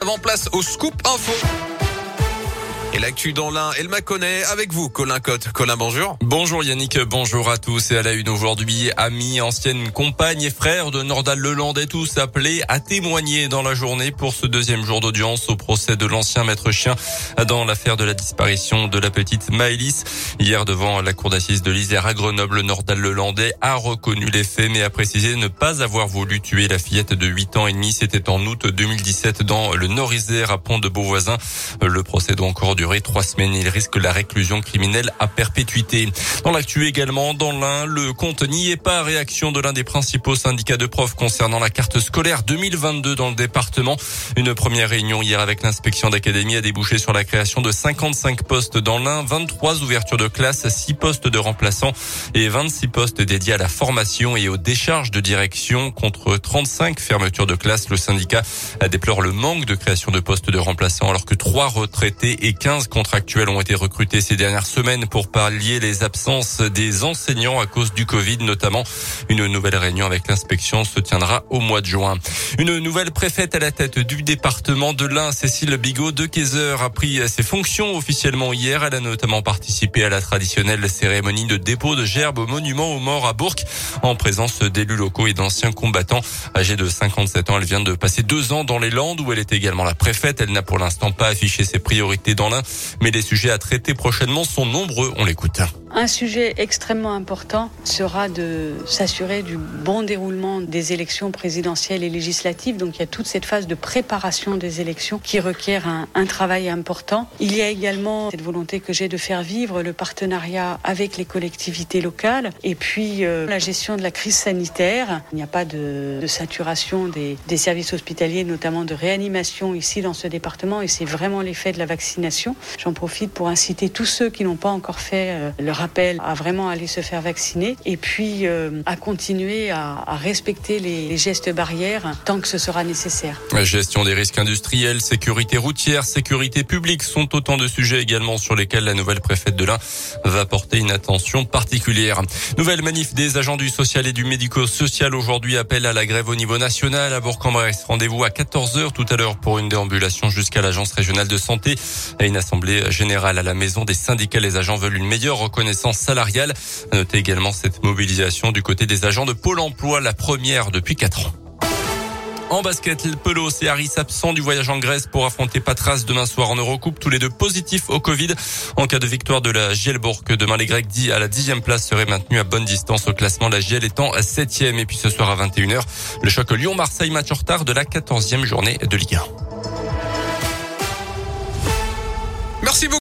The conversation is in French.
avant, place au Scoop Info. Et l'actu dans l'Ain, elle m'a connaît avec vous, Colin Cotte. Colin, bonjour. Bonjour Yannick, bonjour à tous. Et à la une aujourd'hui, amis, anciennes compagnes et frères de Nordal Lelandais, tous appelés à témoigner dans la journée pour ce deuxième jour d'audience au procès de l'ancien maître chien dans l'affaire de la disparition de la petite Maëlys. Hier, devant la cour d'assises de l'Isère à Grenoble, Nordal Lelandais a reconnu les faits, mais a précisé ne pas avoir voulu tuer la fillette de 8 ans et demi. C'était en août 2017 dans le Nord-Isère à Pont-de-Beauvoisin. Le procès doit encore durer 3 semaines. Il risque la réclusion criminelle à perpétuité. Dans l'actu également, dans l'Ain, le compte n'y est pas. Réaction de l'un des principaux syndicats de profs concernant la carte scolaire 2022 dans le département. Une première réunion hier avec l'inspection d'académie a débouché sur la création de 55 postes dans l'Ain, 23 ouvertures de classe, 6 postes de remplaçants et 26 postes dédiés à la formation et aux décharges de direction contre 35 fermetures de classe. Le syndicat déplore le manque de création de postes de remplaçants alors que 3 retraités et 15 contractuels ont été recrutés ces dernières semaines pour pallier les absences des enseignants à cause du Covid notamment. Une nouvelle réunion avec l'inspection se tiendra au mois de juin. Une nouvelle préfète à la tête du département de l'Ain, Cécile Bigot de Kayser, a pris ses fonctions officiellement hier. Elle a notamment participé à la traditionnelle cérémonie de dépôt de gerbes au monument aux morts à Bourg en présence d'élus locaux et d'anciens combattants. Âgée de 57 ans, elle vient de passer 2 ans dans les Landes où elle est également la préfète. Elle n'a pour l'instant pas affiché ses priorités dans l'Ain, mais les sujets à traiter prochainement sont nombreux. On l'écoute. Un sujet extrêmement important sera de s'assurer du bon déroulement des élections présidentielles et législatives. Donc il y a toute cette phase de préparation des élections qui requiert un travail important. Il y a également cette volonté que j'ai de faire vivre le partenariat avec les collectivités locales et puis la gestion de la crise sanitaire. Il n'y a pas de saturation des services hospitaliers, notamment de réanimation ici dans ce département et c'est vraiment l'effet de la vaccination. J'en profite pour inciter tous ceux qui n'ont pas encore fait leur appel à vraiment aller se faire vacciner et puis à continuer à respecter les gestes barrières tant que ce sera nécessaire. La gestion des risques industriels, sécurité routière, sécurité publique sont autant de sujets également sur lesquels la nouvelle préfète de l'Ain va porter une attention particulière. Nouvelle manif des agents du social et du médico-social aujourd'hui, appel à la grève au niveau national à Bourg-en-Bresse. Rendez-vous à 14h tout à l'heure pour une déambulation jusqu'à l'agence régionale de santé et une assemblée générale à la maison des syndicats. Les agents veulent une meilleure reconnaissance salariale. Notez également cette mobilisation du côté des agents de Pôle emploi, la première depuis 4 ans. En basket, Pelos et Harris absents du voyage en Grèce pour affronter Patras demain soir en Eurocoupe. Tous les deux positifs au Covid. En cas de victoire de la Gielbourg, demain les Grecs à la 10e place seraient maintenus à bonne distance au classement. La Giel étant 7e. Et puis ce soir à 21h, le choc Lyon-Marseille, match en retard de la 14e journée de Ligue 1. Merci beaucoup.